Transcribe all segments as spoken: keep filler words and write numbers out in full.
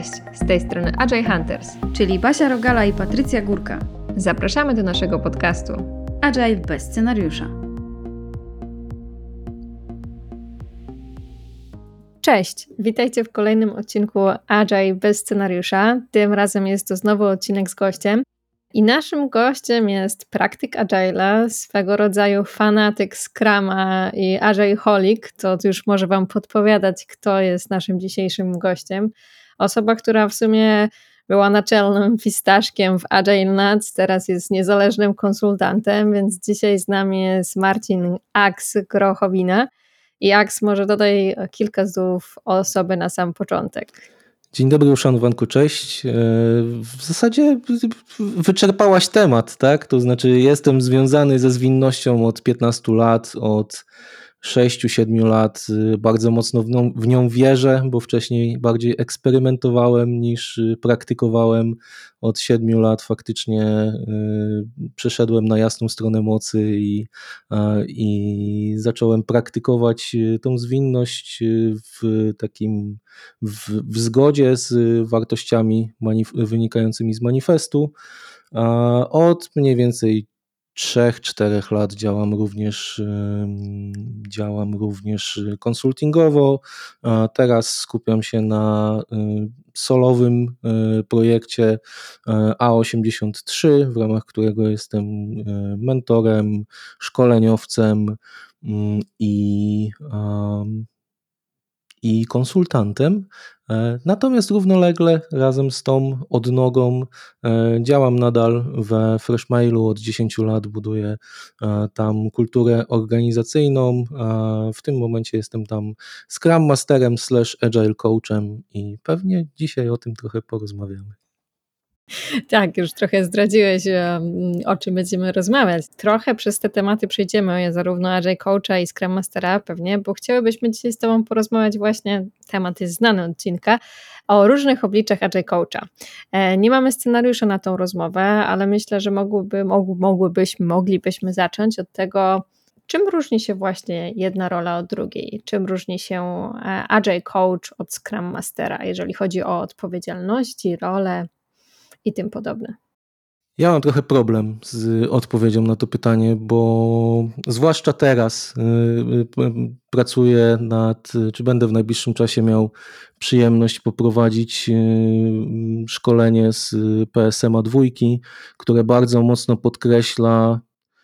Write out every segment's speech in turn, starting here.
Cześć, z tej strony Agile Hunters, czyli Basia Rogala i Patrycja Górka. Zapraszamy do naszego podcastu Agile bez scenariusza. Cześć, witajcie w kolejnym odcinku Agile bez scenariusza. Tym razem jest to znowu odcinek z gościem. I naszym gościem jest praktyk Agile'a, swego rodzaju fanatyk Scruma i Agileholik. To już może Wam podpowiadać, kto jest naszym dzisiejszym gościem. Osoba, która w sumie była naczelnym fistaszkiem w Agile Nuts, teraz jest niezależnym konsultantem, więc dzisiaj z nami jest Marcin Aks Grochowina. I Aks, może dodaj kilka słów o sobie na sam początek. Dzień dobry, uszanowanku, cześć. W zasadzie wyczerpałaś temat, tak? To znaczy jestem związany ze zwinnością od piętnastu lat, od sześciu siedmiu lat. Bardzo mocno w nią, w nią wierzę, bo wcześniej bardziej eksperymentowałem niż praktykowałem. Od siedmiu lat faktycznie przeszedłem na jasną stronę mocy i, i zacząłem praktykować tą zwinność w takim w, w zgodzie z wartościami manif- wynikającymi z manifestu. Od mniej więcej trzech, czterech lat działam również, działam również konsultingowo. Teraz skupiam się na solowym projekcie A osiemdziesiąt trzy, w ramach którego jestem mentorem, szkoleniowcem i, i konsultantem. Natomiast równolegle razem z tą odnogą działam nadal we Freshmailu od dziesięciu lat, buduję tam kulturę organizacyjną. W tym momencie jestem tam Scrum Masterem slash Agile Coachem i pewnie dzisiaj o tym trochę porozmawiamy. Tak, już trochę zdradziłeś, o czym będziemy rozmawiać. Trochę przez te tematy przejdziemy, zarówno Agile Coacha i Scrum Mastera pewnie, bo chciałybyśmy dzisiaj z Tobą porozmawiać właśnie, temat jest znany odcinka, o różnych obliczach Agile Coacha. Nie mamy scenariusza na tą rozmowę, ale myślę, że mogłyby, mogłybyśmy, moglibyśmy zacząć od tego, czym różni się właśnie jedna rola od drugiej? Czym różni się Agile Coach od Scrum Mastera, jeżeli chodzi o odpowiedzialności, rolę i tym podobne? Ja mam trochę problem z odpowiedzią na to pytanie, bo zwłaszcza teraz pracuję nad, czy będę w najbliższym czasie miał przyjemność poprowadzić szkolenie z P S M a dwa, które bardzo mocno podkreśla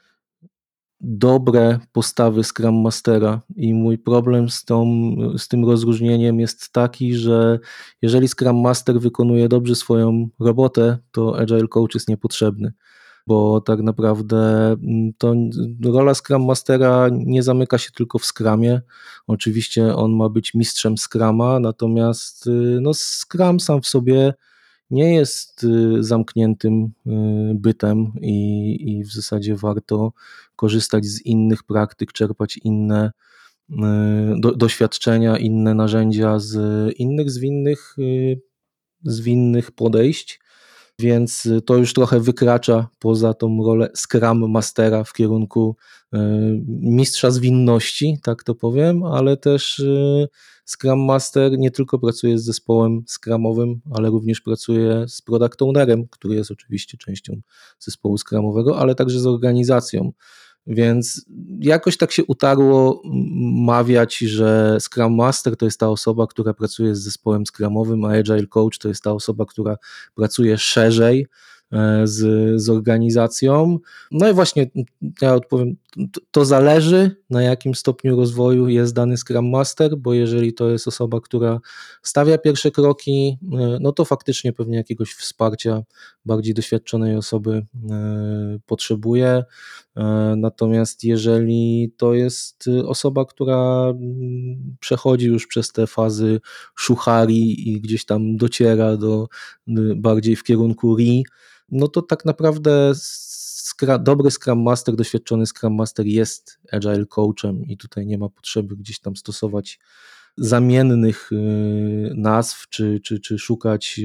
dobre postawy Scrum Mastera i mój problem z, tą, z tym rozróżnieniem jest taki, że jeżeli Scrum Master wykonuje dobrze swoją robotę, to Agile Coach jest niepotrzebny, bo tak naprawdę to rola Scrum Mastera nie zamyka się tylko w Scrumie. Oczywiście on ma być mistrzem Scruma, natomiast no, Scrum sam w sobie nie jest zamkniętym bytem i, i w zasadzie warto korzystać z innych praktyk, czerpać inne do, doświadczenia, inne narzędzia z innych zwinnych, zwinnych podejść, więc to już trochę wykracza poza tą rolę Scrum Mastera w kierunku mistrza zwinności, tak to powiem, ale też Scrum Master nie tylko pracuje z zespołem scrumowym, ale również pracuje z product ownerem, który jest oczywiście częścią zespołu scrumowego, ale także z organizacją. Więc jakoś tak się utarło mawiać, że Scrum Master to jest ta osoba, która pracuje z zespołem scrumowym, a Agile Coach to jest ta osoba, która pracuje szerzej z, z organizacją. No i właśnie ja odpowiem, to, to zależy, na jakim stopniu rozwoju jest dany Scrum Master, bo jeżeli to jest osoba, która stawia pierwsze kroki, no to faktycznie pewnie jakiegoś wsparcia bardziej doświadczonej osoby potrzebuje. Natomiast jeżeli to jest osoba, która przechodzi już przez te fazy szuchari i gdzieś tam dociera do bardziej w kierunku R I, no to tak naprawdę skra- dobry Scrum Master, doświadczony Scrum Master jest Agile Coachem i tutaj nie ma potrzeby gdzieś tam stosować zamiennych nazw, czy, czy, czy szukać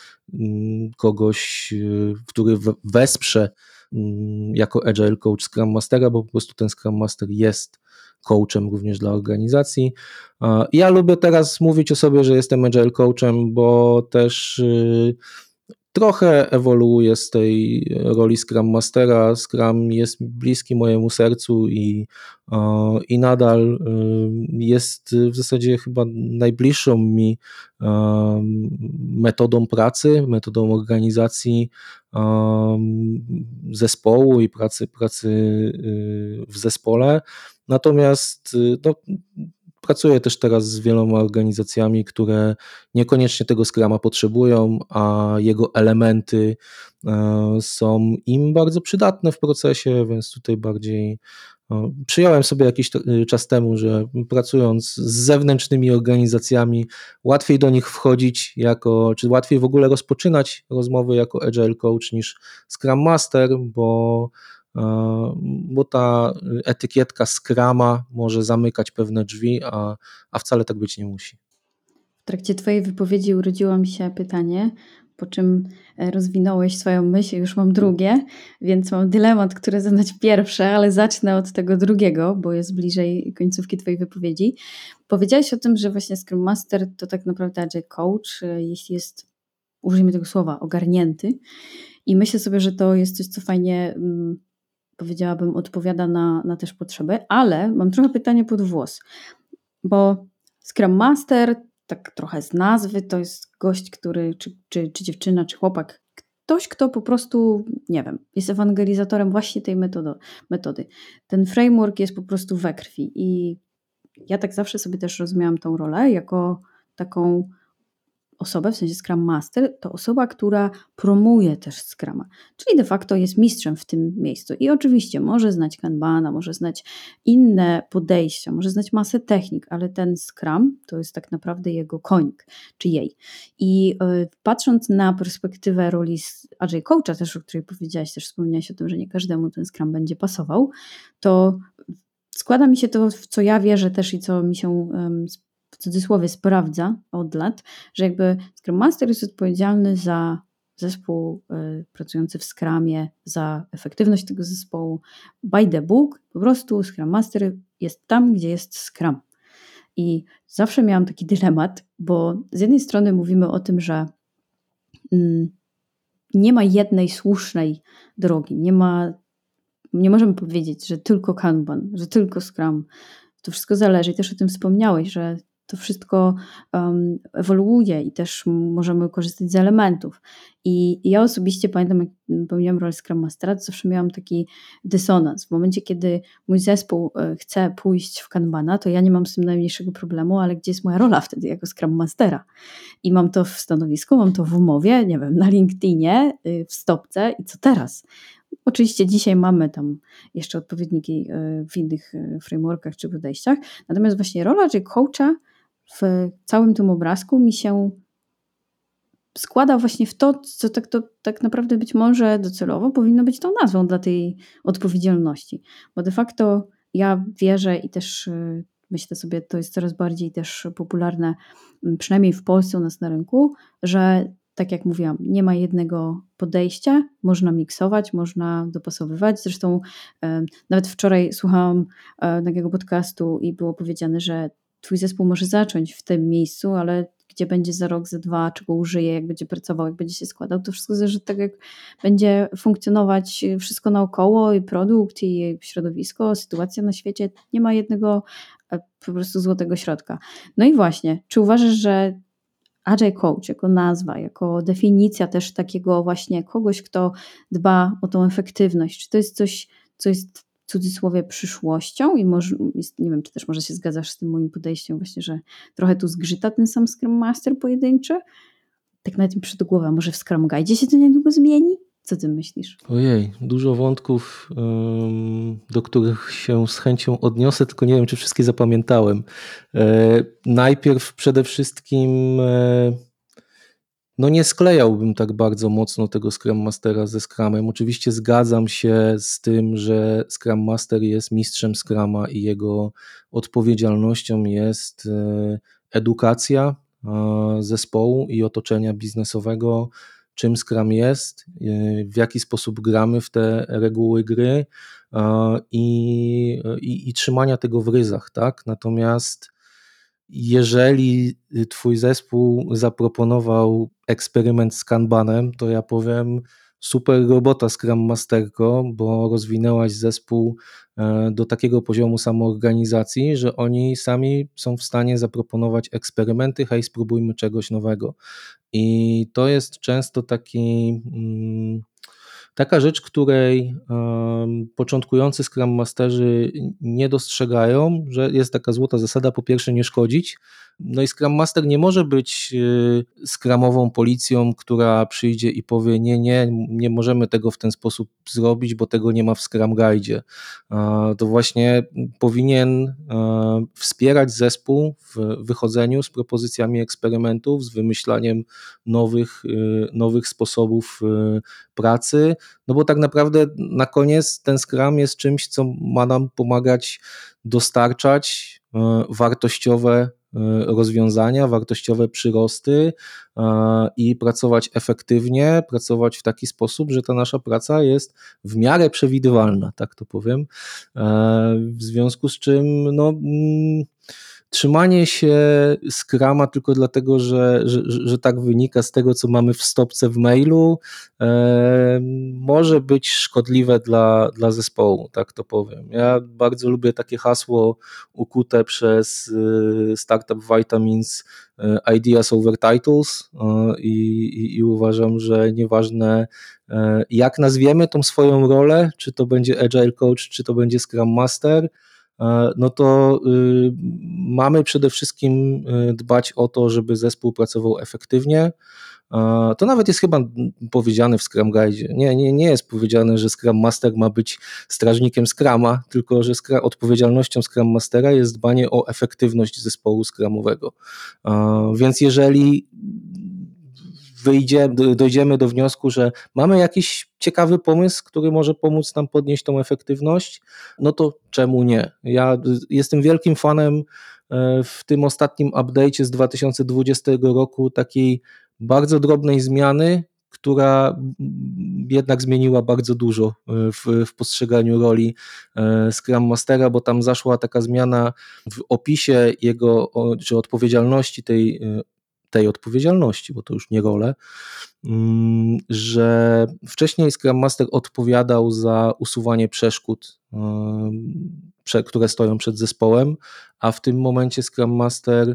kogoś, który wesprze jako Agile Coach Scrum Mastera, bo po prostu ten Scrum Master jest coachem również dla organizacji. Ja lubię teraz mówić o sobie, że jestem agile coachem, bo też trochę ewoluuję z tej roli Scrum Mastera. Scrum jest bliski mojemu sercu i, i nadal jest w zasadzie chyba najbliższą mi metodą pracy, metodą organizacji zespołu i pracy, pracy w zespole. Natomiast no, pracuję też teraz z wieloma organizacjami, które niekoniecznie tego Scruma potrzebują, a jego elementy są im bardzo przydatne w procesie, więc tutaj bardziej przyjąłem sobie jakiś czas temu, że pracując z zewnętrznymi organizacjami łatwiej do nich wchodzić jako, czy łatwiej w ogóle rozpoczynać rozmowy jako Agile Coach niż Scrum Master, bo bo ta etykietka Scruma może zamykać pewne drzwi, a, a wcale tak być nie musi. W trakcie Twojej wypowiedzi urodziło mi się pytanie, po czym rozwinąłeś swoją myśl, już mam drugie, więc mam dylemat, który zadać pierwsze, ale zacznę od tego drugiego, bo jest bliżej końcówki Twojej wypowiedzi. Powiedziałeś o tym, że właśnie Scrum Master to tak naprawdę Agile Coach, jeśli jest, użyjmy tego słowa, ogarnięty, i myślę sobie, że to jest coś, co fajnie, powiedziałabym, odpowiada na, na też potrzeby, ale mam trochę pytanie pod włos, bo Scrum Master, tak trochę z nazwy, to jest gość, który, czy, czy, czy dziewczyna, czy chłopak, ktoś, kto po prostu, nie wiem, jest ewangelizatorem właśnie tej metody, metody. Ten framework jest po prostu we krwi i ja tak zawsze sobie też rozumiałam tą rolę jako taką osobę, w sensie Scrum Master, to osoba, która promuje też Scruma, czyli de facto jest mistrzem w tym miejscu i oczywiście może znać Kanbana, może znać inne podejścia, może znać masę technik, ale ten Scrum to jest tak naprawdę jego konik, czy jej. I yy, patrząc na perspektywę roli Agile Coacha też, o której powiedziałaś, też wspomniałaś o tym, że nie każdemu ten Scrum będzie pasował, to składa mi się to, w co ja wierzę też i co mi się yy, w cudzysłowie sprawdza od lat, że jakby Scrum Master jest odpowiedzialny za zespół y, pracujący w Scrumie, za efektywność tego zespołu. By the book, po prostu Scrum Master jest tam, gdzie jest Scrum. I zawsze miałam taki dylemat, bo z jednej strony mówimy o tym, że mm, nie ma jednej słusznej drogi, nie ma, nie możemy powiedzieć, że tylko Kanban, że tylko Scrum. To wszystko zależy i też o tym wspomniałeś, że to wszystko um, ewoluuje i też możemy korzystać z elementów. I ja osobiście pamiętam, jak pełniłam rolę Scrum Mastera, to zawsze miałam taki dysonans. W momencie, kiedy mój zespół chce pójść w Kanbana, to ja nie mam z tym najmniejszego problemu, ale gdzie jest moja rola wtedy jako Scrum Mastera? I mam to w stanowisku, mam to w umowie, nie wiem, na LinkedInie, w stopce i co teraz? Oczywiście dzisiaj mamy tam jeszcze odpowiedniki w innych frameworkach czy podejściach, natomiast właśnie rola Agile Coacha w całym tym obrazku mi się składa właśnie w to, co tak, to, tak naprawdę być może docelowo powinno być tą nazwą dla tej odpowiedzialności, bo de facto ja wierzę i też myślę sobie, to jest coraz bardziej też popularne, przynajmniej w Polsce u nas na rynku, że tak jak mówiłam, nie ma jednego podejścia, można miksować, można dopasowywać. Zresztą e, nawet wczoraj słuchałam e, takiego podcastu i było powiedziane, że twój zespół może zacząć w tym miejscu, ale gdzie będzie za rok, za dwa, czego użyje, jak będzie pracował, jak będzie się składał, to wszystko zależy od tego, jak będzie funkcjonować wszystko naokoło i produkt, i środowisko, sytuacja na świecie. Nie ma jednego e, po prostu złotego środka. No i właśnie, czy uważasz, że Agile Coach jako nazwa, jako definicja też takiego właśnie kogoś, kto dba o tą efektywność, czy to jest coś, co jest w cudzysłowie przyszłością i może, nie wiem, czy też może się zgadzasz z tym moim podejściem właśnie, że trochę tu zgrzyta ten sam Scrum Master pojedynczy? Tak na tym przed głową, może w Scrum Guide się to niedługo zmieni? Co ty myślisz? Ojej, dużo wątków, do których się z chęcią odniosę, tylko nie wiem, czy wszystkie zapamiętałem. Najpierw przede wszystkim no nie sklejałbym tak bardzo mocno tego Scrum Mastera ze Scrumem. Oczywiście zgadzam się z tym, że Scrum Master jest mistrzem Scruma i jego odpowiedzialnością jest edukacja zespołu i otoczenia biznesowego, czym Scrum jest, w jaki sposób gramy w te reguły gry i, i, i trzymania tego w ryzach, tak? Natomiast jeżeli twój zespół zaproponował eksperyment z Kanbanem, to ja powiem super robota Scrum Masterko, bo rozwinęłaś zespół do takiego poziomu samoorganizacji, że oni sami są w stanie zaproponować eksperymenty, hej, spróbujmy czegoś nowego. I to jest często taki... Mm, Taka rzecz, której um, początkujący Scrum Masterzy nie dostrzegają, że jest taka złota zasada, po pierwsze nie szkodzić, no i Scrum Master nie może być y, scrumową policją, która przyjdzie i powie nie, nie, nie możemy tego w ten sposób zrobić, bo tego nie ma w Scrum Guide'zie. Uh, to właśnie powinien uh, wspierać zespół w wychodzeniu z propozycjami eksperymentów, z wymyślaniem nowych, y, nowych sposobów y, pracy, no bo tak naprawdę na koniec ten Scrum jest czymś, co ma nam pomagać dostarczać wartościowe rozwiązania, wartościowe przyrosty i pracować efektywnie, pracować w taki sposób, że ta nasza praca jest w miarę przewidywalna, tak to powiem. W związku z czym no trzymanie się Scruma tylko dlatego, że, że, że tak wynika z tego, co mamy w stopce w mailu, e, może być szkodliwe dla, dla zespołu, tak to powiem. Ja bardzo lubię takie hasło ukute przez Startup Vitamins Ideas over Titles e, i, i uważam, że nieważne e, jak nazwiemy tą swoją rolę, czy to będzie Agile Coach, czy to będzie Scrum Master, no to y, mamy przede wszystkim dbać o to, żeby zespół pracował efektywnie. To nawet jest chyba powiedziane w Scrum Guide. Nie, nie, nie jest powiedziane, że Scrum Master ma być strażnikiem Scruma, tylko że Scrum, odpowiedzialnością Scrum Mastera jest dbanie o efektywność zespołu Scrumowego. Więc jeżeli wyjdzie, dojdziemy do wniosku, że mamy jakiś ciekawy pomysł, który może pomóc nam podnieść tą efektywność, no to czemu nie? Ja jestem wielkim fanem w tym ostatnim update'cie z dwa tysiące dwudziestego roku takiej bardzo drobnej zmiany, która jednak zmieniła bardzo dużo w, w postrzeganiu roli Scrum Mastera, bo tam zaszła taka zmiana w opisie jego, czy odpowiedzialności tej tej odpowiedzialności, bo to już nie rolę, że wcześniej Scrum Master odpowiadał za usuwanie przeszkód, które stoją przed zespołem, a w tym momencie Scrum Master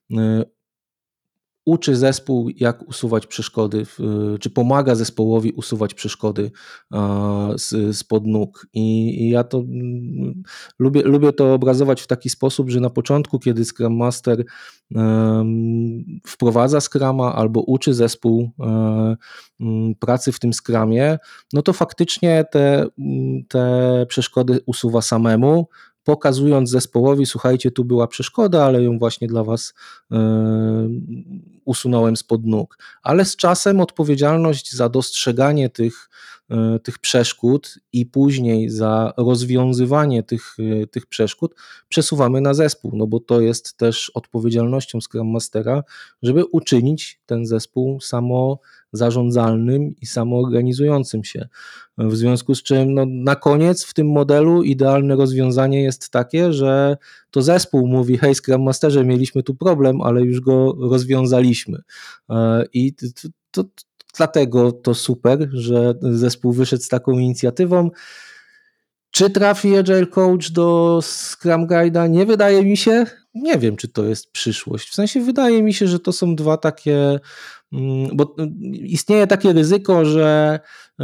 uczy zespół, jak usuwać przeszkody, czy pomaga zespołowi usuwać przeszkody spod nóg. I ja to lubię, lubię to obrazować w taki sposób, że na początku, kiedy Scrum Master wprowadza Scruma albo uczy zespół pracy w tym Scrumie, no to faktycznie te, te przeszkody usuwa samemu, pokazując zespołowi, słuchajcie, tu była przeszkoda, ale ją właśnie dla was yy, usunąłem spod nóg. Ale z czasem odpowiedzialność za dostrzeganie tych, yy, tych przeszkód i później za rozwiązywanie tych, yy, tych przeszkód przesuwamy na zespół, no bo to jest też odpowiedzialnością Scrum Mastera, żeby uczynić ten zespół samozarządzalnym i samoorganizującym się. W związku z czym no, na koniec w tym modelu idealne rozwiązanie jest takie, że to zespół mówi, hej Scrum Masterze, mieliśmy tu problem, ale już go rozwiązaliśmy. I to, to, to, dlatego to super, że zespół wyszedł z taką inicjatywą. Czy trafi Agile Coach do Scrum Guide'a? Nie wydaje mi się. Nie wiem, czy to jest przyszłość. W sensie wydaje mi się, że to są dwa takie, bo istnieje takie ryzyko, że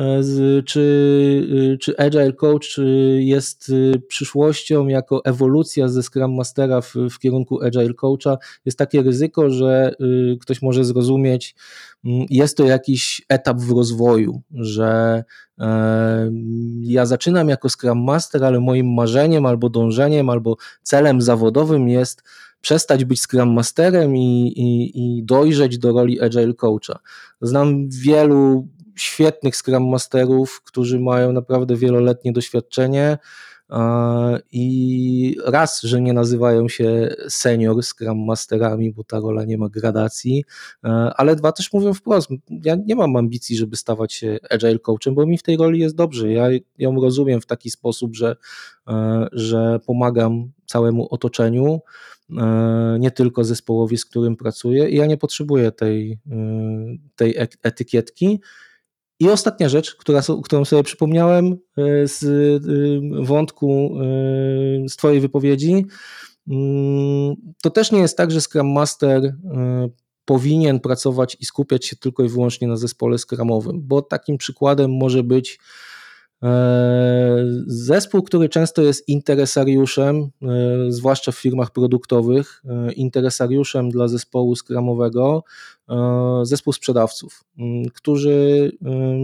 czy, czy Agile Coach jest przyszłością jako ewolucja ze Scrum Mastera w, w kierunku Agile Coacha. Jest takie ryzyko, że ktoś może zrozumieć, jest to jakiś etap w rozwoju, że ja zaczynam jako Scrum Master, ale moim marzeniem albo dążeniem, albo celem zawodowym jest przestać być Scrum Masterem i, i, i dojrzeć do roli Agile Coacha. Znam wielu świetnych Scrum Masterów, którzy mają naprawdę wieloletnie doświadczenie i raz, że nie nazywają się senior Scrum Masterami, bo ta rola nie ma gradacji, ale dwa, też mówią wprost, ja nie mam ambicji, żeby stawać się Agile Coachem, bo mi w tej roli jest dobrze, ja ją rozumiem w taki sposób, że, że pomagam całemu otoczeniu, nie tylko zespołowi, z którym pracuję i ja nie potrzebuję tej, tej etykietki. I ostatnia rzecz, która, którą sobie przypomniałem z wątku z twojej wypowiedzi, to też nie jest tak, że Scrum Master powinien pracować i skupiać się tylko i wyłącznie na zespole scrumowym, bo takim przykładem może być zespół, który często jest interesariuszem, zwłaszcza w firmach produktowych, interesariuszem dla zespołu scrumowego, zespół sprzedawców, którzy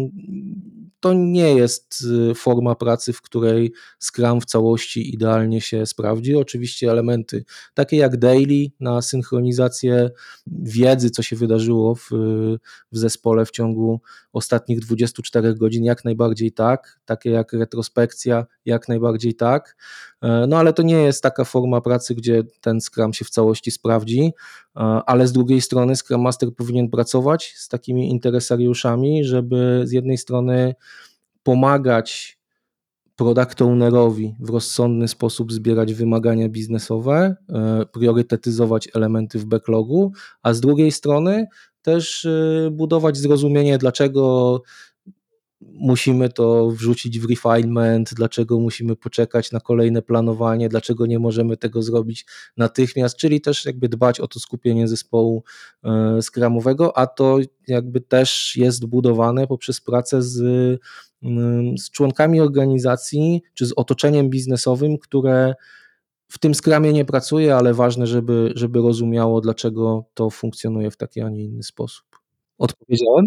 to nie jest forma pracy, w której Scrum w całości idealnie się sprawdzi. Oczywiście elementy takie jak daily na synchronizację wiedzy, co się wydarzyło w, w zespole w ciągu ostatnich dwudziestu czterech godzin, jak najbardziej tak, takie jak retrospekcja, jak najbardziej tak, no ale to nie jest taka forma pracy, gdzie ten Scrum się w całości sprawdzi, ale z drugiej strony Scrum Master powinien pracować z takimi interesariuszami, żeby z jednej strony pomagać product ownerowi w rozsądny sposób zbierać wymagania biznesowe, priorytetyzować elementy w backlogu, a z drugiej strony też budować zrozumienie, dlaczego musimy to wrzucić w refinement, dlaczego musimy poczekać na kolejne planowanie, dlaczego nie możemy tego zrobić natychmiast, czyli też jakby dbać o to skupienie zespołu scrumowego, a to jakby też jest budowane poprzez pracę z, z członkami organizacji, czy z otoczeniem biznesowym, które w tym Scrumie nie pracuje, ale ważne, żeby, żeby rozumiało, dlaczego to funkcjonuje w taki, a nie inny sposób. Odpowiedziałem?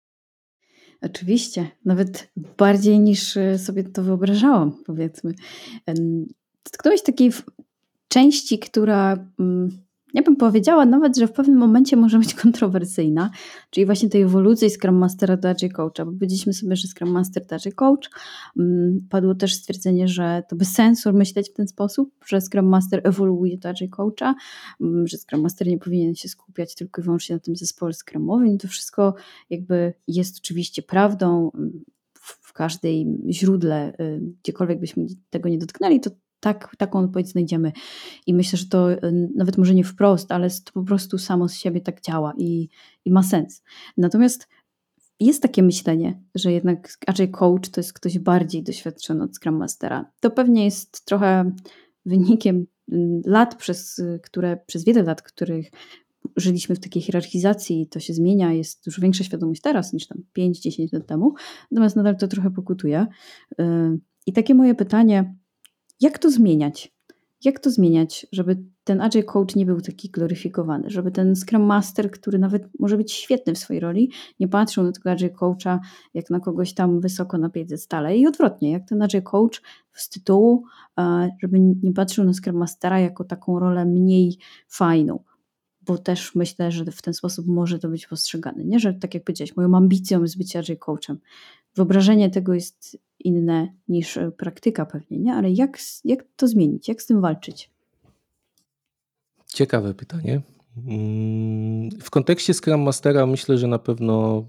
Oczywiście, nawet bardziej niż sobie to wyobrażałam, powiedzmy. Dotknąłeś takiej części, która, ja bym powiedziała nawet, że w pewnym momencie może być kontrowersyjna, czyli właśnie tej ewolucji Scrum Mastera do Agile Coacha, bo powiedzieliśmy sobie, że Scrum Master to Agile Coach. Padło też stwierdzenie, że to bez sensu myśleć w ten sposób, że Scrum Master ewoluuje do Agile Coacha, że Scrum Master nie powinien się skupiać tylko i wyłącznie na tym zespole scrumowym. To wszystko jakby jest oczywiście prawdą. W każdej źródle, gdziekolwiek byśmy tego nie dotknęli, to tak, taką odpowiedź znajdziemy. I myślę, że to nawet może nie wprost, ale to po prostu samo z siebie tak działa i, i ma sens. Natomiast jest takie myślenie, że jednak Agile Coach to jest ktoś bardziej doświadczony od Scrum Mastera. To pewnie jest trochę wynikiem lat, przez które, przez wiele lat, których żyliśmy w takiej hierarchizacji i to się zmienia, jest dużo większa świadomość teraz niż tam pięć dziesięć lat temu, natomiast nadal to trochę pokutuje. I takie moje pytanie, jak to zmieniać? Jak to zmieniać, żeby ten Agile Coach nie był taki gloryfikowany, żeby ten Scrum Master, który nawet może być świetny w swojej roli, nie patrzył na tego Agile Coacha jak na kogoś tam wysoko na piedestale i odwrotnie, jak ten Agile Coach z tytułu, żeby nie patrzył na Scrum Mastera jako taką rolę mniej fajną, bo też myślę, że w ten sposób może to być postrzegane, nie? Że tak jak powiedziałeś, moją ambicją jest bycie Agile Coachem. Wyobrażenie tego jest inne niż praktyka pewnie, nie? Ale jak, jak to zmienić? Jak z tym walczyć? Ciekawe pytanie. W kontekście Scrum Mastera myślę, że na pewno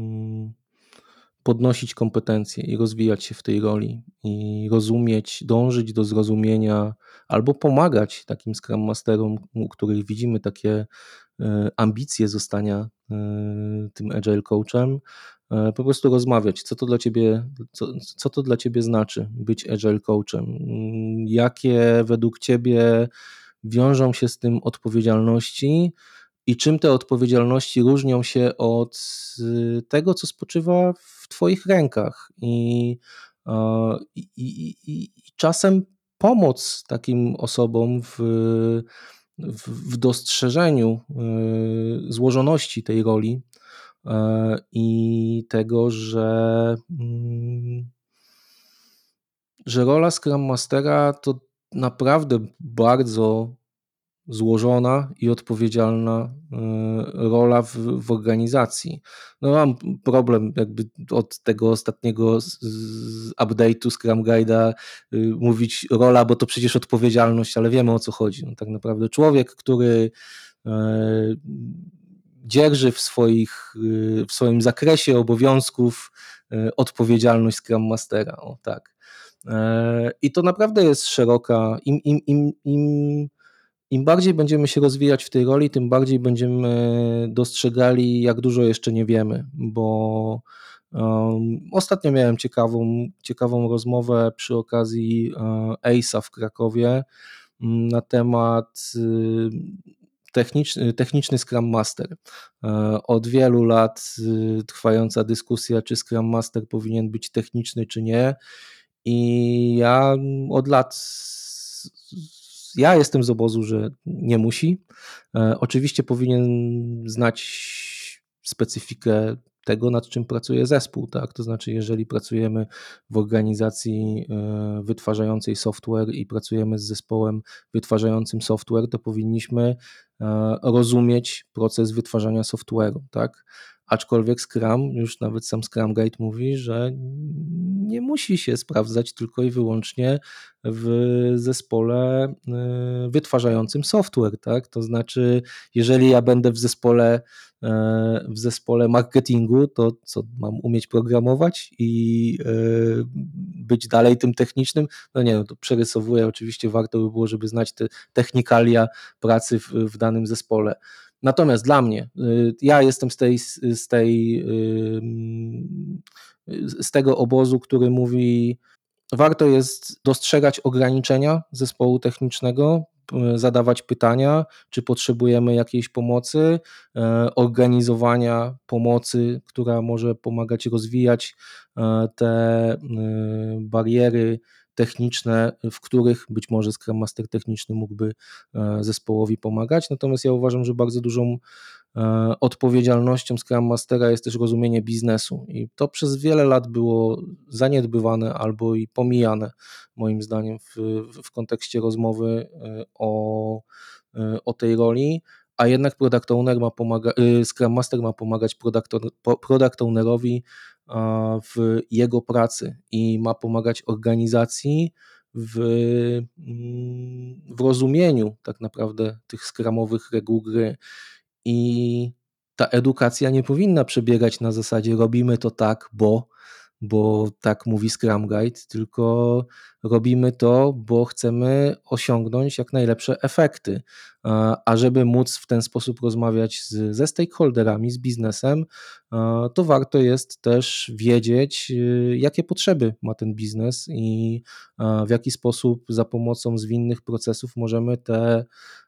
podnosić kompetencje i rozwijać się w tej roli i rozumieć, dążyć do zrozumienia albo pomagać takim Scrum Masterom, u których widzimy takie ambicje zostania tym Agile Coachem, po prostu rozmawiać, co to dla ciebie, co, co to dla ciebie znaczy być Agile Coachem, jakie według ciebie wiążą się z tym odpowiedzialności i czym te odpowiedzialności różnią się od tego, co spoczywa w twoich rękach i, i, i, i czasem pomoc takim osobom w, w, w dostrzeżeniu złożoności tej roli i tego, że, że rola Scrum Mastera to naprawdę bardzo złożona i odpowiedzialna rola w, w organizacji. No mam problem jakby od tego ostatniego z, z update'u Scrum Guide'a y, mówić rola, bo to przecież odpowiedzialność, ale wiemy o co chodzi. No, tak naprawdę człowiek, który y, dzierży w, swoich, y, w swoim zakresie obowiązków y, odpowiedzialność Scrum Mastera. O, tak. Y, I to naprawdę jest szeroka, im, im, im, im Im bardziej będziemy się rozwijać w tej roli, tym bardziej będziemy dostrzegali, jak dużo jeszcze nie wiemy, bo um, ostatnio miałem ciekawą, ciekawą rozmowę przy okazji uh, ejsa w Krakowie um, na temat y, techniczny, techniczny Scrum Master. Uh, od wielu lat y, trwająca dyskusja, czy Scrum Master powinien być techniczny, czy nie. I ja od lat Ja jestem z obozu, że nie musi. Oczywiście powinien znać specyfikę tego, nad czym pracuje zespół, tak? To znaczy, jeżeli pracujemy w organizacji wytwarzającej software i pracujemy z zespołem wytwarzającym software, to powinniśmy rozumieć proces wytwarzania software'u, tak? Aczkolwiek Scrum, już nawet sam Scrum Guide mówi, że nie musi się sprawdzać tylko i wyłącznie w zespole wytwarzającym software, tak? To znaczy, jeżeli ja będę w zespole w zespole marketingu, to co, mam umieć programować i być dalej tym technicznym? No nie, no to przerysowuję, oczywiście warto by było, żeby znać te technikalia pracy w, w danym zespole. Natomiast dla mnie, ja jestem z tej, z tej z tego obozu, który mówi, warto jest dostrzegać ograniczenia zespołu technicznego, zadawać pytania, czy potrzebujemy jakiejś pomocy, organizowania pomocy, która może pomagać rozwijać te bariery techniczne, w których być może Scrum Master techniczny mógłby zespołowi pomagać. Natomiast ja uważam, że bardzo dużą odpowiedzialnością Scrum Mastera jest też rozumienie biznesu i to przez wiele lat było zaniedbywane albo i pomijane moim zdaniem w, w kontekście rozmowy o, o tej roli, a jednak product owner ma pomaga, Scrum Master ma pomagać product, product ownerowi w jego pracy i ma pomagać organizacji w, w rozumieniu tak naprawdę tych skramowych reguł gry. I ta edukacja nie powinna przebiegać na zasadzie robimy to tak, bo, bo tak mówi Scrum Guide, tylko robimy to, bo chcemy osiągnąć jak najlepsze efekty. A żeby móc w ten sposób rozmawiać z, ze stakeholderami, z biznesem, to warto jest też wiedzieć, jakie potrzeby ma ten biznes i w jaki sposób za pomocą zwinnych procesów możemy te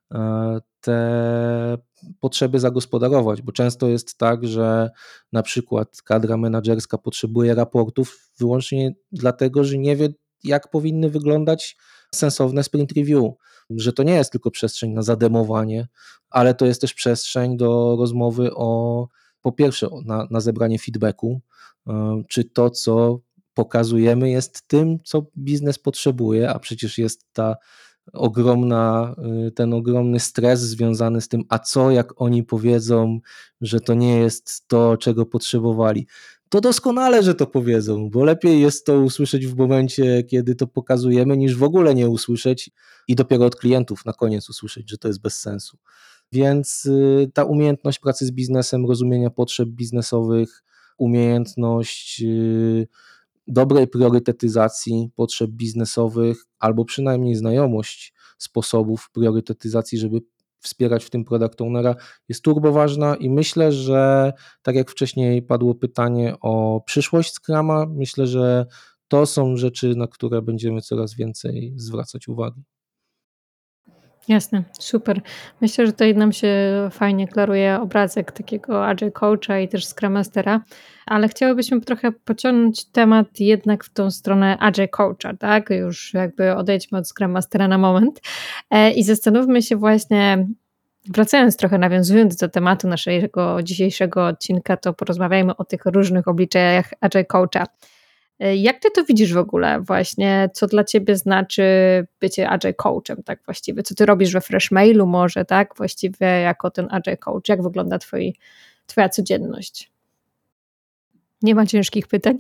te potrzeby zagospodarować, bo często jest tak, że na przykład kadra menedżerska potrzebuje raportów wyłącznie dlatego, że nie wie, jak powinny wyglądać sensowne sprint review, że to nie jest tylko przestrzeń na zademowanie, ale to jest też przestrzeń do rozmowy o, po pierwsze na, na zebranie feedbacku, czy to, co pokazujemy, jest tym, co biznes potrzebuje, a przecież jest ta ogromna, ten ogromny stres związany z tym, a co jak oni powiedzą, że to nie jest to, czego potrzebowali. To doskonale, że to powiedzą, bo lepiej jest to usłyszeć w momencie, kiedy to pokazujemy, niż w ogóle nie usłyszeć i dopiero od klientów na koniec usłyszeć, że to jest bez sensu. Więc ta umiejętność pracy z biznesem, rozumienia potrzeb biznesowych, umiejętność dobrej priorytetyzacji potrzeb biznesowych, albo przynajmniej znajomość sposobów priorytetyzacji, żeby wspierać w tym product ownera, jest turbo ważna i myślę, że tak jak wcześniej padło pytanie o przyszłość Scruma, myślę, że to są rzeczy, na które będziemy coraz więcej zwracać uwagi. Jasne, super. Myślę, że tutaj nam się fajnie klaruje obrazek takiego Agile Coacha i też Scrum Mastera, ale chciałybyśmy trochę pociągnąć temat jednak w tą stronę Agile Coacha, tak? Już jakby odejdźmy od Scrum Mastera na moment i zastanówmy się właśnie, wracając trochę, nawiązując do tematu naszego dzisiejszego odcinka, to porozmawiajmy o tych różnych obliczejiach Agile Coacha. Jak ty to widzisz w ogóle właśnie, co dla ciebie znaczy bycie Agile Coachem, tak właściwie? Co ty robisz we Freshmailu może, tak? Właściwie jako ten Agile Coach, jak wygląda twoi, twoja codzienność? Nie ma ciężkich pytań?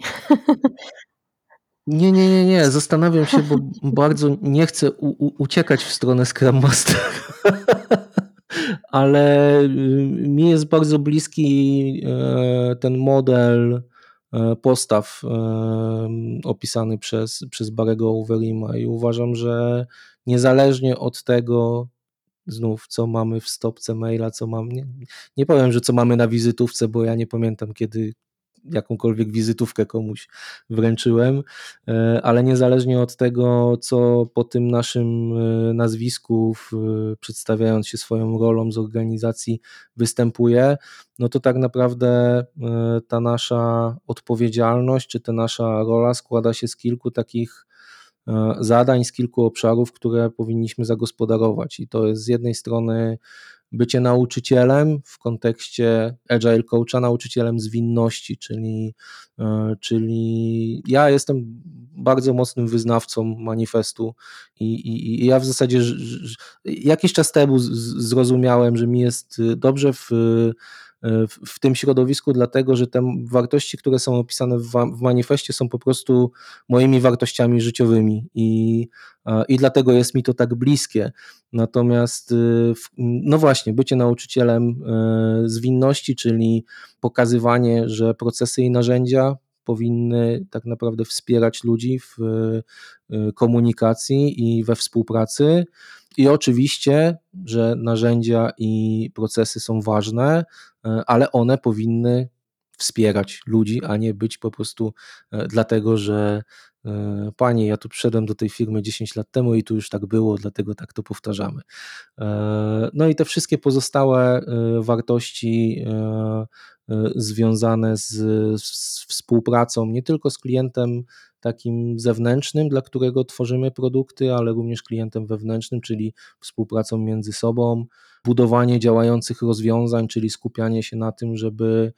Nie, nie, nie, nie. Zastanawiam się, bo bardzo nie chcę u, u, uciekać w stronę Scrum Master, ale mi jest bardzo bliski ten model postaw opisany przez, przez Barry'ego Overeema i uważam, że niezależnie od tego, znów co mamy w stopce maila, co mam, nie, nie powiem, że co mamy na wizytówce, bo ja nie pamiętam, kiedy jakąkolwiek wizytówkę komuś wręczyłem, ale niezależnie od tego, co po tym naszym nazwisku, przedstawiając się swoją rolą z organizacji występuje, no to tak naprawdę ta nasza odpowiedzialność, czy ta nasza rola składa się z kilku takich zadań, z kilku obszarów, które powinniśmy zagospodarować i to jest z jednej strony bycie nauczycielem w kontekście Agile Coacha, nauczycielem zwinności, czyli, czyli ja jestem bardzo mocnym wyznawcą manifestu i, i, i ja w zasadzie ż, ż, jakiś czas temu z, zrozumiałem, że mi jest dobrze w w tym środowisku, dlatego że te wartości, które są opisane w, w manifestie, są po prostu moimi wartościami życiowymi i, i dlatego jest mi to tak bliskie. Natomiast no właśnie, bycie nauczycielem zwinności, czyli pokazywanie, że procesy i narzędzia powinny tak naprawdę wspierać ludzi w komunikacji i we współpracy. I oczywiście, że narzędzia i procesy są ważne, ale one powinny wspierać ludzi, a nie być po prostu dlatego, że panie, ja tu przyszedłem do tej firmy dziesięć lat temu i tu już tak było, dlatego tak to powtarzamy. No i te wszystkie pozostałe wartości związane z, z współpracą nie tylko z klientem takim zewnętrznym, dla którego tworzymy produkty, ale również klientem wewnętrznym, czyli współpracą między sobą, budowanie działających rozwiązań, czyli skupianie się na tym, żeby,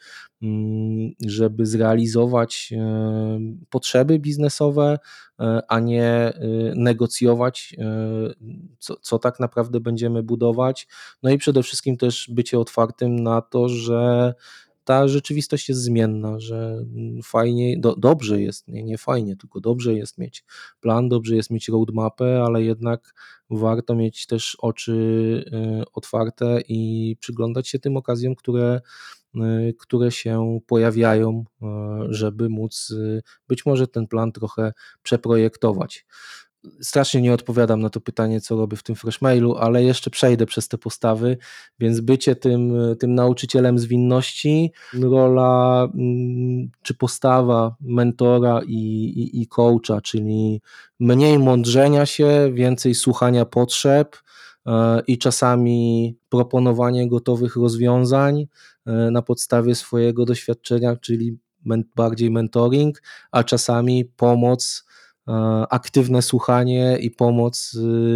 żeby zrealizować potrzeby biznesowe, a nie negocjować, co, co tak naprawdę będziemy budować. No i przede wszystkim też bycie otwartym na to, że ta rzeczywistość jest zmienna, że fajnie, do, dobrze jest, nie, nie fajnie, tylko dobrze jest mieć plan, dobrze jest mieć roadmapę, ale jednak warto mieć też oczy otwarte i przyglądać się tym okazjom, które, które się pojawiają, żeby móc być może ten plan trochę przeprojektować. Strasznie nie odpowiadam na to pytanie, co robię w tym Freshmailu, ale jeszcze przejdę przez te postawy, więc bycie tym, tym nauczycielem zwinności, rola czy postawa mentora i, i, i coacha, czyli mniej mądrzenia się, więcej słuchania potrzeb i czasami proponowanie gotowych rozwiązań na podstawie swojego doświadczenia, czyli bardziej mentoring, a czasami pomoc, aktywne słuchanie i pomoc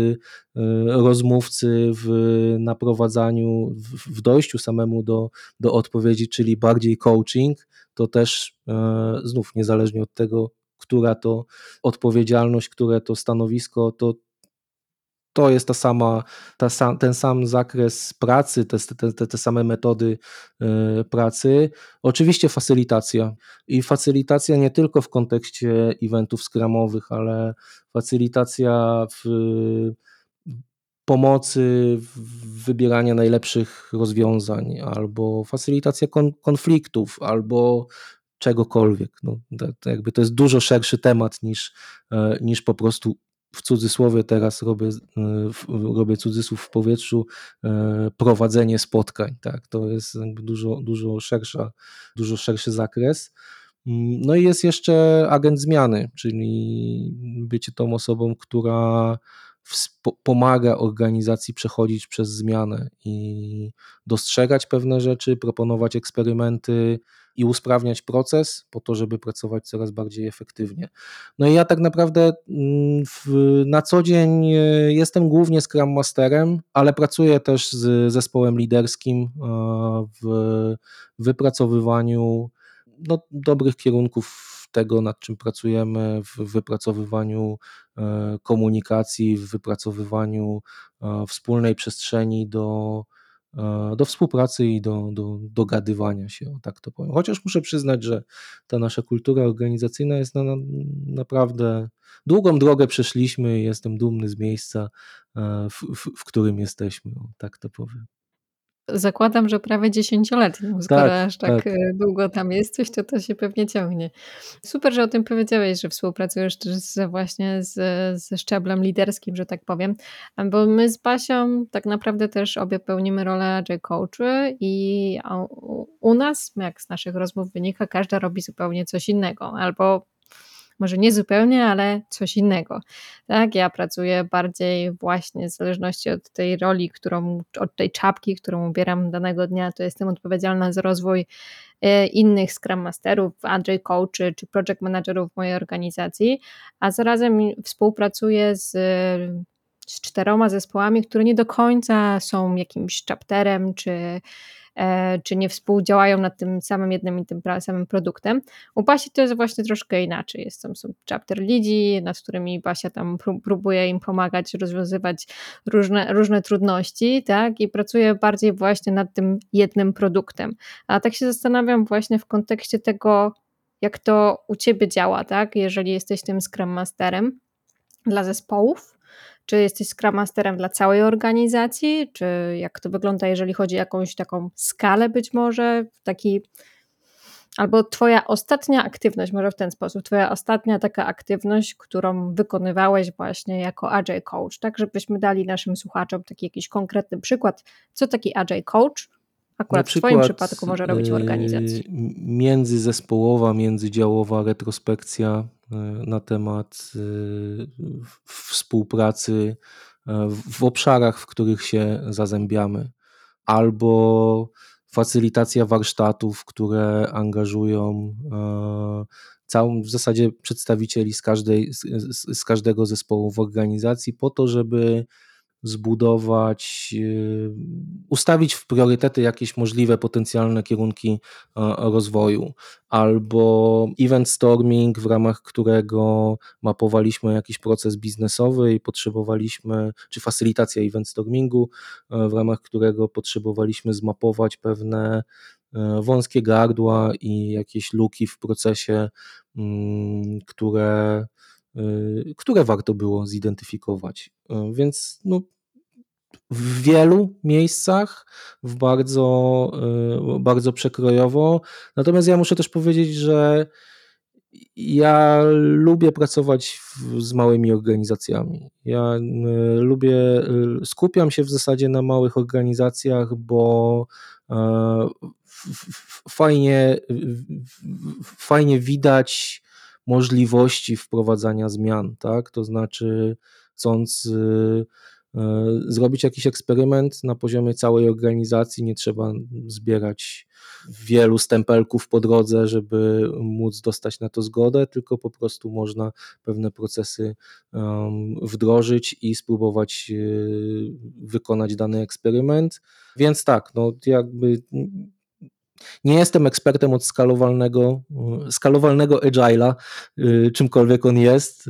rozmówcy w naprowadzaniu, w dojściu samemu do, do odpowiedzi, czyli bardziej coaching, to też znów niezależnie od tego, która to odpowiedzialność, które to stanowisko, to to jest ta sama, ta sam, ten sam zakres pracy, te, te, te same metody pracy. Oczywiście facylitacja i facylitacja nie tylko w kontekście eventów scrumowych, ale facylitacja w pomocy w wybieraniu najlepszych rozwiązań, albo facylitacja kon, konfliktów, albo czegokolwiek. No, to, to jakby to jest dużo szerszy temat niż, niż po prostu w cudzysłowie teraz robię, robię cudzysłów w powietrzu, prowadzenie spotkań, tak, to jest jakby dużo, dużo szersza, dużo szerszy zakres. No i jest jeszcze agent zmiany, czyli bycie tą osobą, która pomaga organizacji przechodzić przez zmianę i dostrzegać pewne rzeczy, proponować eksperymenty i usprawniać proces po to, żeby pracować coraz bardziej efektywnie. No i ja tak naprawdę w, na co dzień jestem głównie Scrum Masterem, ale pracuję też z zespołem liderskim w wypracowywaniu no, dobrych kierunków tego, nad czym pracujemy w wypracowywaniu komunikacji, w wypracowywaniu wspólnej przestrzeni do, do współpracy i do, do dogadywania się, o tak to powiem. Chociaż muszę przyznać, że ta nasza kultura organizacyjna jest na, na, naprawdę długą drogę przeszliśmy i jestem dumny z miejsca, w, w, w którym jesteśmy, o tak to powiem. Zakładam, że prawie dziesięcioletnią, skoro Tak, aż tak, tak. długo tam jesteś, to to się pewnie ciągnie. Super, że o tym powiedziałeś, że współpracujesz też z, właśnie z, ze szczeblem liderskim, że tak powiem, bo my z Basią tak naprawdę też obie pełnimy rolę Agile Coachy i u, u nas, jak z naszych rozmów wynika, każda robi zupełnie coś innego, albo może nie zupełnie, ale coś innego. Tak, ja pracuję bardziej właśnie w zależności od tej roli, którą, od tej czapki, którą ubieram danego dnia, to jestem odpowiedzialna za rozwój innych Scrum Masterów, Agile Coachy czy Project Managerów w mojej organizacji, a zarazem współpracuję z, z czteroma zespołami, które nie do końca są jakimś chapterem czy czy nie współdziałają nad tym samym jednym i tym samym produktem. U Basi to jest właśnie troszkę inaczej. Jest tam, są chapter leadzi, nad którymi Basia tam próbuje im pomagać, rozwiązywać różne, różne trudności, tak? I pracuje bardziej właśnie nad tym jednym produktem. A tak się zastanawiam właśnie w kontekście tego, jak to u Ciebie działa, tak? Jeżeli jesteś tym Scrum Masterem dla zespołów, czy jesteś Scrum Masterem dla całej organizacji, czy jak to wygląda, jeżeli chodzi o jakąś taką skalę być może, taki, albo twoja ostatnia aktywność, może w ten sposób, twoja ostatnia taka aktywność, którą wykonywałeś właśnie jako Agile Coach, tak żebyśmy dali naszym słuchaczom taki jakiś konkretny przykład, co taki Agile Coach akurat w twoim przypadku może robić w organizacji. Międzyzespołowa, międzydziałowa retrospekcja na temat współpracy w obszarach, w których się zazębiamy, albo facylitacja warsztatów, które angażują całą w zasadzie przedstawicieli z, każdej, z, z każdego zespołu w organizacji po to, żeby zbudować, ustawić w priorytety jakieś możliwe potencjalne kierunki rozwoju, albo event storming, w ramach którego mapowaliśmy jakiś proces biznesowy i potrzebowaliśmy, czy facylitacja event stormingu, w ramach którego potrzebowaliśmy zmapować pewne wąskie gardła i jakieś luki w procesie, które które warto było zidentyfikować. Więc no, w wielu miejscach, w bardzo, bardzo przekrojowo. Natomiast ja muszę też powiedzieć, że ja lubię pracować w, z małymi organizacjami. Ja y, lubię, y, skupiam się w zasadzie na małych organizacjach, bo y, f, f, fajnie, f, fajnie widać możliwości wprowadzania zmian, tak? To znaczy, chcąc y, y, zrobić jakiś eksperyment na poziomie całej organizacji, nie trzeba zbierać wielu stempelków po drodze, żeby móc dostać na to zgodę, tylko po prostu można pewne procesy um, wdrożyć i spróbować y, wykonać dany eksperyment. Więc tak, no jakby nie jestem ekspertem od skalowalnego, skalowalnego agile'a, czymkolwiek on jest,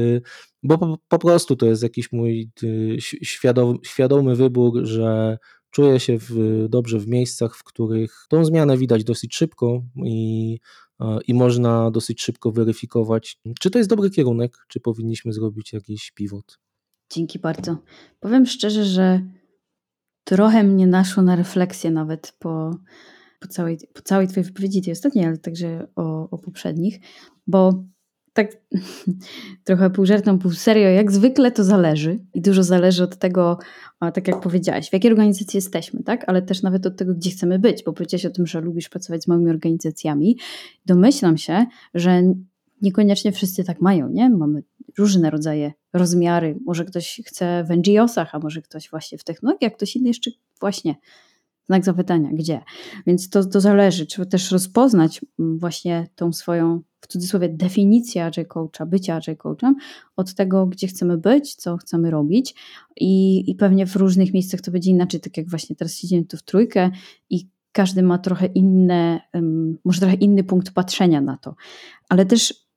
bo po, po prostu to jest jakiś mój świadomy, świadomy wybór, że czuję się w, dobrze w miejscach, w których tą zmianę widać dosyć szybko i, i można dosyć szybko weryfikować, czy to jest dobry kierunek, czy powinniśmy zrobić jakiś pivot. Dzięki bardzo. Powiem szczerze, że trochę mnie naszło na refleksję nawet po Po całej, po całej twojej wypowiedzi, tej ostatniej, ale także o, o poprzednich, bo tak trochę pół żartem, pół serio, jak zwykle to zależy i dużo zależy od tego, tak jak powiedziałaś, w jakiej organizacji jesteśmy, tak? Ale też nawet od tego, gdzie chcemy być, bo powiedziałaś o tym, że lubisz pracować z małymi organizacjami. Domyślam się, że niekoniecznie wszyscy tak mają, nie? Mamy różne rodzaje, rozmiary. Może ktoś chce w en dżi osach, a może ktoś właśnie w technologii, a ktoś inny jeszcze właśnie znak zapytania, gdzie? Więc to, to zależy. Trzeba też rozpoznać właśnie tą swoją, w cudzysłowie, definicję Agile Coacha, bycia Agile Coachem od tego, gdzie chcemy być, co chcemy robić i, i pewnie w różnych miejscach to będzie inaczej, tak jak właśnie teraz siedzimy tu w trójkę i każdy ma trochę inne, um, może trochę inny punkt patrzenia na to. Ale też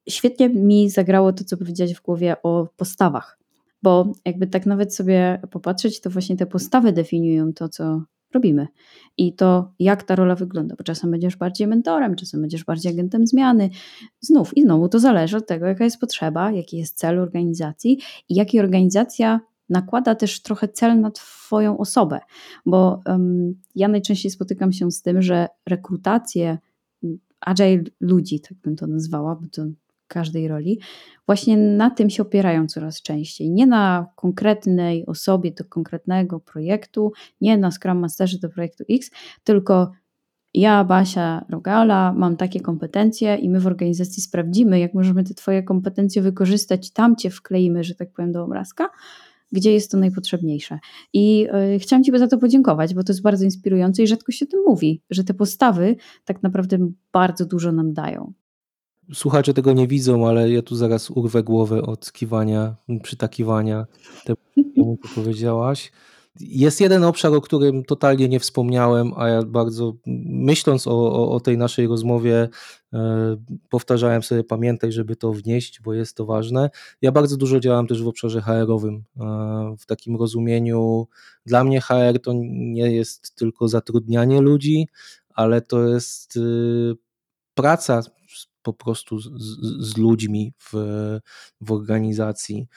świetnie mi zagrało to, co powiedziałaś w głowie o postawach, bo jakby tak nawet sobie popatrzeć, to właśnie te postawy definiują to, co robimy i to, jak ta rola wygląda, bo czasem będziesz bardziej mentorem, czasem będziesz bardziej agentem zmiany. Znów i znowu to zależy od tego, jaka jest potrzeba, jaki jest cel organizacji i jaki organizacja nakłada też trochę cel na twoją osobę, bo um, ja najczęściej spotykam się z tym, że rekrutację agile ludzi, tak bym to nazwała, bo to każdej roli, właśnie na tym się opierają coraz częściej. Nie na konkretnej osobie do konkretnego projektu, nie na Scrum Masterze do projektu X, tylko ja, Basia Rogala, mam takie kompetencje i my w organizacji sprawdzimy, jak możemy te twoje kompetencje wykorzystać, tam cię wkleimy, że tak powiem, do obrazka, gdzie jest to najpotrzebniejsze. I y, chciałam ci za to podziękować, bo to jest bardzo inspirujące i rzadko się o tym mówi, że te postawy tak naprawdę bardzo dużo nam dają. Słuchacze tego nie widzą, ale ja tu zaraz urwę głowę od kiwania, przytakiwania temu, co powiedziałaś. Jest jeden obszar, o którym totalnie nie wspomniałem, a ja bardzo myśląc o, o, o tej naszej rozmowie e, powtarzałem sobie, pamiętaj, żeby to wnieść, bo jest to ważne. Ja bardzo dużo działam też w obszarze H R-owym, e, w takim rozumieniu. Dla mnie H R to nie jest tylko zatrudnianie ludzi, ale to jest y, praca po prostu z, z, z ludźmi w, w organizacji.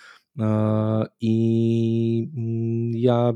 I ja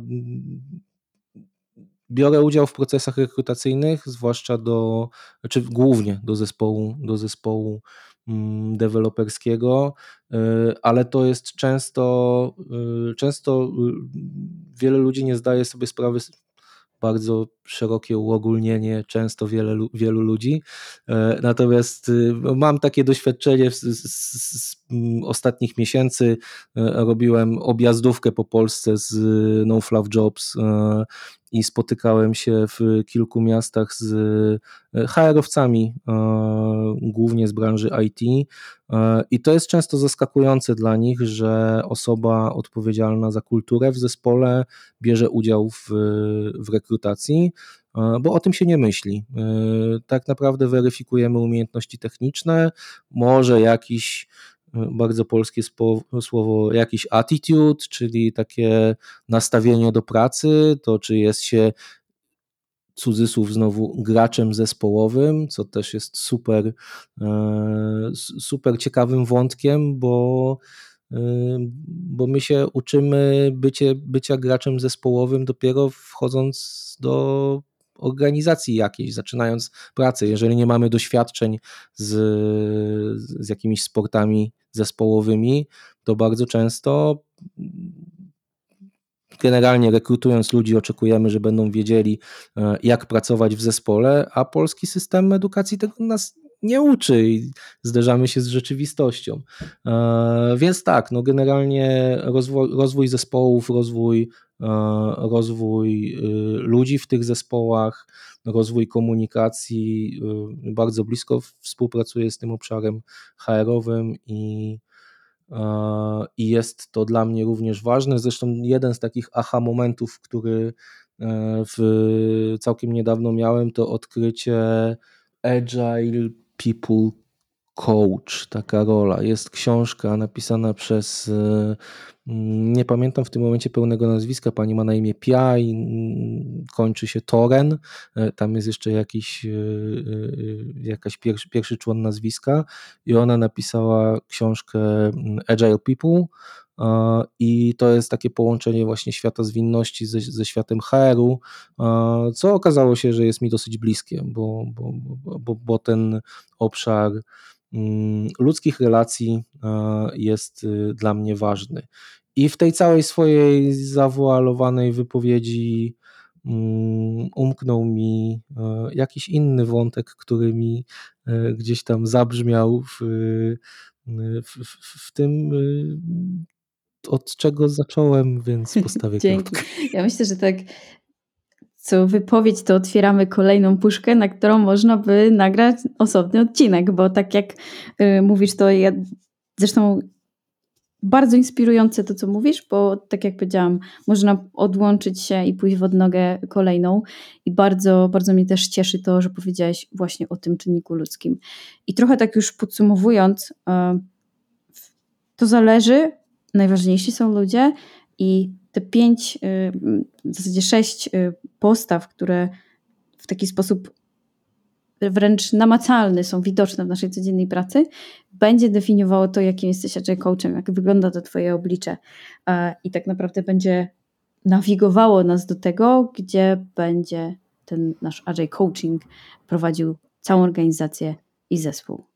biorę udział w procesach rekrutacyjnych, zwłaszcza do, czy głównie do zespołu, do zespołu deweloperskiego, ale to jest często, często wiele ludzi nie zdaje sobie sprawy, bardzo szerokie uogólnienie, często wiele, wielu ludzi. Natomiast mam takie doświadczenie z, z, z ostatnich miesięcy. Robiłem objazdówkę po Polsce z No Fluff Jobs i spotykałem się w kilku miastach z H R-owcami, głównie z branży I T. I to jest często zaskakujące dla nich, że osoba odpowiedzialna za kulturę w zespole bierze udział w, w rekrutacji, bo o tym się nie myśli. Tak naprawdę weryfikujemy umiejętności techniczne, może jakiś, bardzo polskie słowo, jakiś attitude, czyli takie nastawienie do pracy, to czy jest się, cudzysłów znowu, graczem zespołowym, co też jest super, super ciekawym wątkiem, bo bo my się uczymy bycie, bycia graczem zespołowym dopiero wchodząc do organizacji jakiejś, zaczynając pracę. Jeżeli nie mamy doświadczeń z, z jakimiś sportami zespołowymi, to bardzo często generalnie rekrutując ludzi oczekujemy, że będą wiedzieli, jak pracować w zespole, a polski system edukacji tego nas nie uczy i zderzamy się z rzeczywistością. Więc tak, no generalnie rozwój, rozwój zespołów, rozwój, rozwój ludzi w tych zespołach, rozwój komunikacji, bardzo blisko współpracuję z tym obszarem H R-owym i i jest to dla mnie również ważne. Zresztą jeden z takich aha momentów, który w całkiem niedawno miałem, to odkrycie Agile People Coach, taka rola. Jest książka napisana przez, nie pamiętam w tym momencie pełnego nazwiska, pani ma na imię Pia i kończy się Toren, tam jest jeszcze jakiś, jakaś pierwszy, pierwszy człon nazwiska i ona napisała książkę Agile People i to jest takie połączenie właśnie świata zwinności ze, ze światem H R-u, co okazało się, że jest mi dosyć bliskie, bo, bo, bo, bo ten obszar ludzkich relacji jest dla mnie ważny. I w tej całej swojej zawoalowanej wypowiedzi umknął mi jakiś inny wątek, który mi gdzieś tam zabrzmiał w, w, w, w tym, od czego zacząłem, więc postawię kropkę. Ja myślę, że tak co wypowiedź, to otwieramy kolejną puszkę, na którą można by nagrać osobny odcinek, bo tak jak y, mówisz, to ja zresztą bardzo inspirujące to, co mówisz, bo tak jak powiedziałam, można odłączyć się i pójść w odnogę kolejną i bardzo, bardzo mnie też cieszy to, że powiedziałaś właśnie o tym czynniku ludzkim. I trochę tak już podsumowując, to zależy, najważniejsi są ludzie i te pięć, w zasadzie sześć postaw, które w taki sposób wręcz namacalny są widoczne w naszej codziennej pracy, będzie definiowało to, jakim jesteś agile coachem, jak wygląda to twoje oblicze i tak naprawdę będzie nawigowało nas do tego, gdzie będzie ten nasz agile coaching prowadził całą organizację i zespół.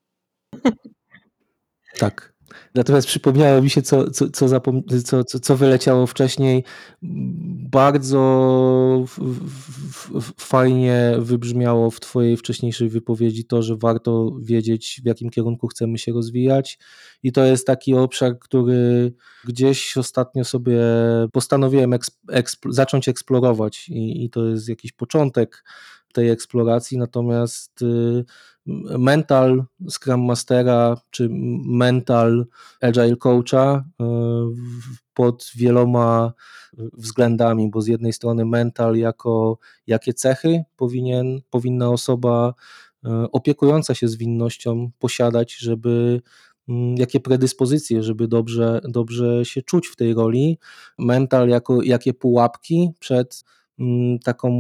Tak. Natomiast przypomniało mi się, co, co, co, zapom- co, co, co wyleciało wcześniej. Bardzo f- f- f- fajnie wybrzmiało w twojej wcześniejszej wypowiedzi to, że warto wiedzieć, w jakim kierunku chcemy się rozwijać. I to jest taki obszar, który gdzieś ostatnio sobie postanowiłem eksp- eksp- zacząć eksplorować i, i to jest jakiś początek tej eksploracji, natomiast y, mental Scrum Mastera czy mental Agile Coacha y, pod wieloma względami, bo z jednej strony mental jako jakie cechy powinien, powinna osoba y, opiekująca się zwinnością posiadać, żeby jakie predyspozycje, żeby dobrze, dobrze się czuć w tej roli, mental jako jakie pułapki przed taką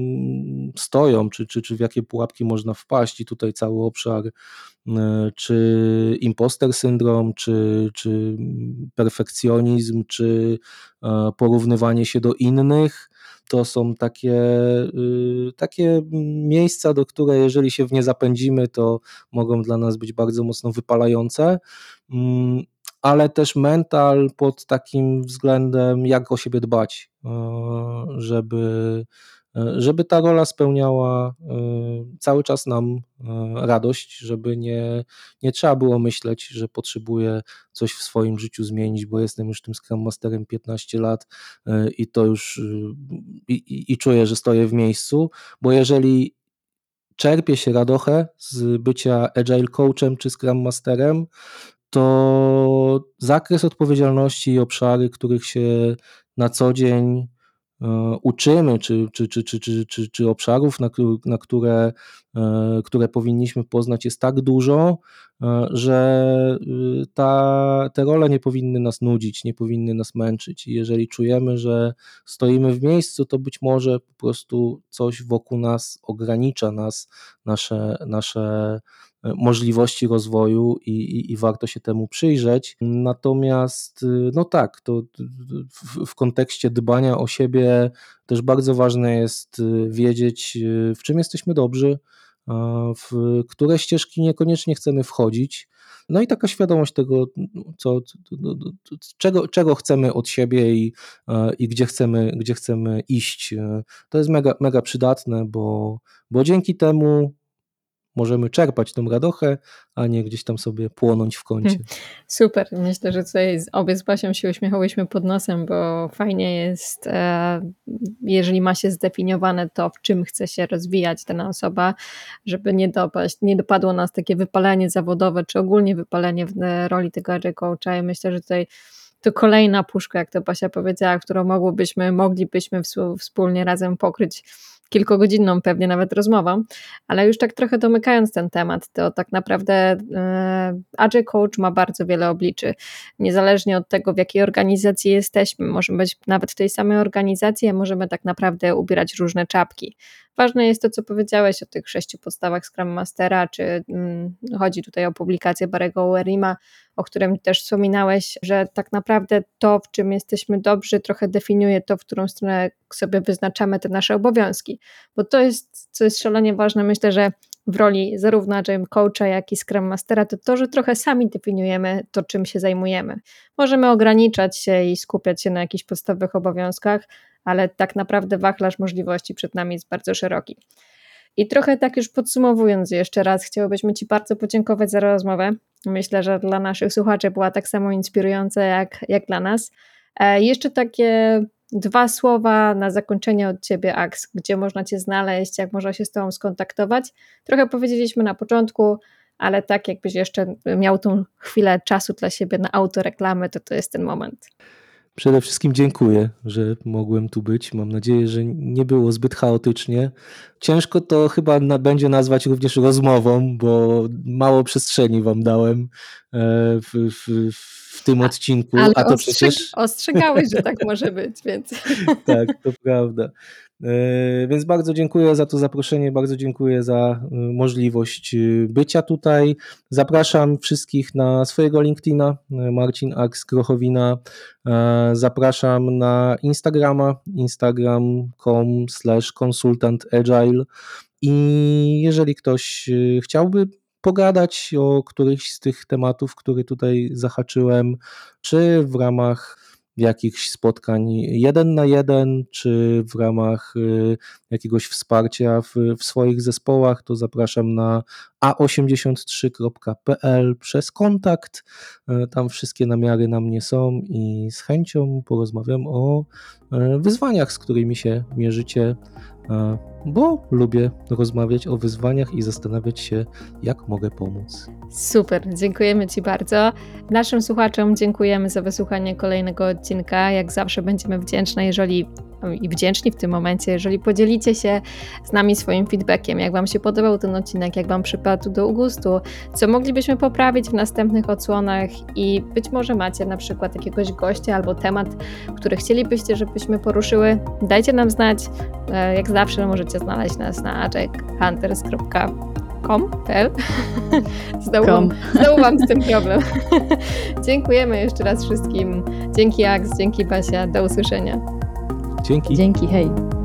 stoją, czy, czy, czy w jakie pułapki można wpaść i tutaj cały obszar czy imposter syndrom, czy, czy perfekcjonizm, czy porównywanie się do innych, to są takie, takie miejsca, do które jeżeli się w nie zapędzimy, to mogą dla nas być bardzo mocno wypalające, ale też mental pod takim względem, jak o siebie dbać, żeby, żeby ta rola spełniała cały czas nam radość, żeby nie, nie trzeba było myśleć, że potrzebuję coś w swoim życiu zmienić, bo jestem już tym Scrum Masterem piętnaście lat i to już i, i, i czuję, że stoję w miejscu, bo jeżeli czerpie się radochę z bycia Agile Coachem czy Scrum Masterem, to zakres odpowiedzialności i obszary, których się na co dzień uczymy, czy, czy, czy, czy, czy, czy, czy obszarów, na, na które, które powinniśmy poznać, jest tak dużo, że ta, te role nie powinny nas nudzić, nie powinny nas męczyć. I jeżeli czujemy, że stoimy w miejscu, to być może po prostu coś wokół nas ogranicza nas, nasze, nasze możliwości rozwoju i, i, i warto się temu przyjrzeć. Natomiast no tak, to w, w kontekście dbania o siebie też bardzo ważne jest wiedzieć, w czym jesteśmy dobrzy, w które ścieżki niekoniecznie chcemy wchodzić. No i taka świadomość tego, co, czego, czego chcemy od siebie i, i gdzie, chcemy, gdzie chcemy iść. To jest mega, mega przydatne, bo, bo dzięki temu możemy czerpać tą radochę, a nie gdzieś tam sobie płonąć w kącie. Super. Myślę, że tutaj obie z Basią się uśmiechałyśmy pod nosem, bo fajnie jest, jeżeli ma się zdefiniowane to, w czym chce się rozwijać dana osoba, żeby nie dopaść, nie dopadło nas takie wypalenie zawodowe, czy ogólnie wypalenie w roli tego agile coacha. I myślę, że tutaj to kolejna puszka, jak to Basia powiedziała, którą mogłybyśmy, moglibyśmy wspólnie razem pokryć kilkugodzinną pewnie nawet rozmową, ale już tak trochę domykając ten temat, to tak naprawdę Agile Coach ma bardzo wiele obliczy. Niezależnie od tego, w jakiej organizacji jesteśmy, możemy być nawet w tej samej organizacji, a możemy tak naprawdę ubierać różne czapki. Ważne jest to, co powiedziałeś o tych sześciu podstawach Scrum Mastera, czy hmm, chodzi tutaj o publikację Barry'ego Werima, o którym też wspominałeś, że tak naprawdę to, w czym jesteśmy dobrzy, trochę definiuje to, w którą stronę sobie wyznaczamy te nasze obowiązki, bo to jest, co jest szalenie ważne, myślę, że w roli zarówno Agile Coacha, jak i Scrum Mastera, to to, że trochę sami definiujemy to, czym się zajmujemy. Możemy ograniczać się i skupiać się na jakichś podstawowych obowiązkach, ale tak naprawdę wachlarz możliwości przed nami jest bardzo szeroki. I trochę tak już podsumowując jeszcze raz, chciałybyśmy Ci bardzo podziękować za rozmowę. Myślę, że dla naszych słuchaczy była tak samo inspirująca jak, jak dla nas. E, jeszcze takie dwa słowa na zakończenie od Ciebie, Aks, gdzie można Cię znaleźć, jak można się z Tobą skontaktować. Trochę powiedzieliśmy na początku, ale tak jakbyś jeszcze miał tą chwilę czasu dla siebie na autoreklamy, to to jest ten moment. Przede wszystkim dziękuję, że mogłem tu być. Mam nadzieję, że nie było zbyt chaotycznie. Ciężko to chyba na, będzie nazwać również rozmową, bo mało przestrzeni wam dałem w, w, w tym odcinku. Ale a to ostrzeg- przecież ostrzegałeś, że tak może być, więc... Tak, to prawda. Więc bardzo dziękuję za to zaproszenie, bardzo dziękuję za możliwość bycia tutaj. Zapraszam wszystkich na swojego LinkedIna, Marcin Aks Grochowina. Zapraszam na Instagrama, instagram kropka com slash consultant agile i jeżeli ktoś chciałby pogadać o którychś z tych tematów, które tutaj zahaczyłem, czy w ramach jakichś spotkań jeden na jeden, czy w ramach jakiegoś wsparcia w, w swoich zespołach, to zapraszam na a osiemdziesiąt trzy kropka p l przez kontakt. Tam wszystkie namiary na mnie są i z chęcią porozmawiam o wyzwaniach, z którymi się mierzycie, bo lubię rozmawiać o wyzwaniach i zastanawiać się, jak mogę pomóc. Super, dziękujemy Ci bardzo. Naszym słuchaczom dziękujemy za wysłuchanie kolejnego odcinka. Jak zawsze będziemy wdzięczne, jeżeli i wdzięczni w tym momencie, jeżeli podzielicie się z nami swoim feedbackiem, jak Wam się podobał ten odcinek, jak Wam przypadł do gustu, co moglibyśmy poprawić w następnych odsłonach i być może macie na przykład jakiegoś gościa albo temat, który chcielibyście, żebyśmy poruszyły, dajcie nam znać. Jak zawsze możecie znaleźć nas na agile hunters kropka com kropka p l. Znowu, mam, znowu mam z tym problem. Dziękujemy jeszcze raz wszystkim. Dzięki Aks, dzięki Basia, do usłyszenia. Dzięki. Dzięki, hej.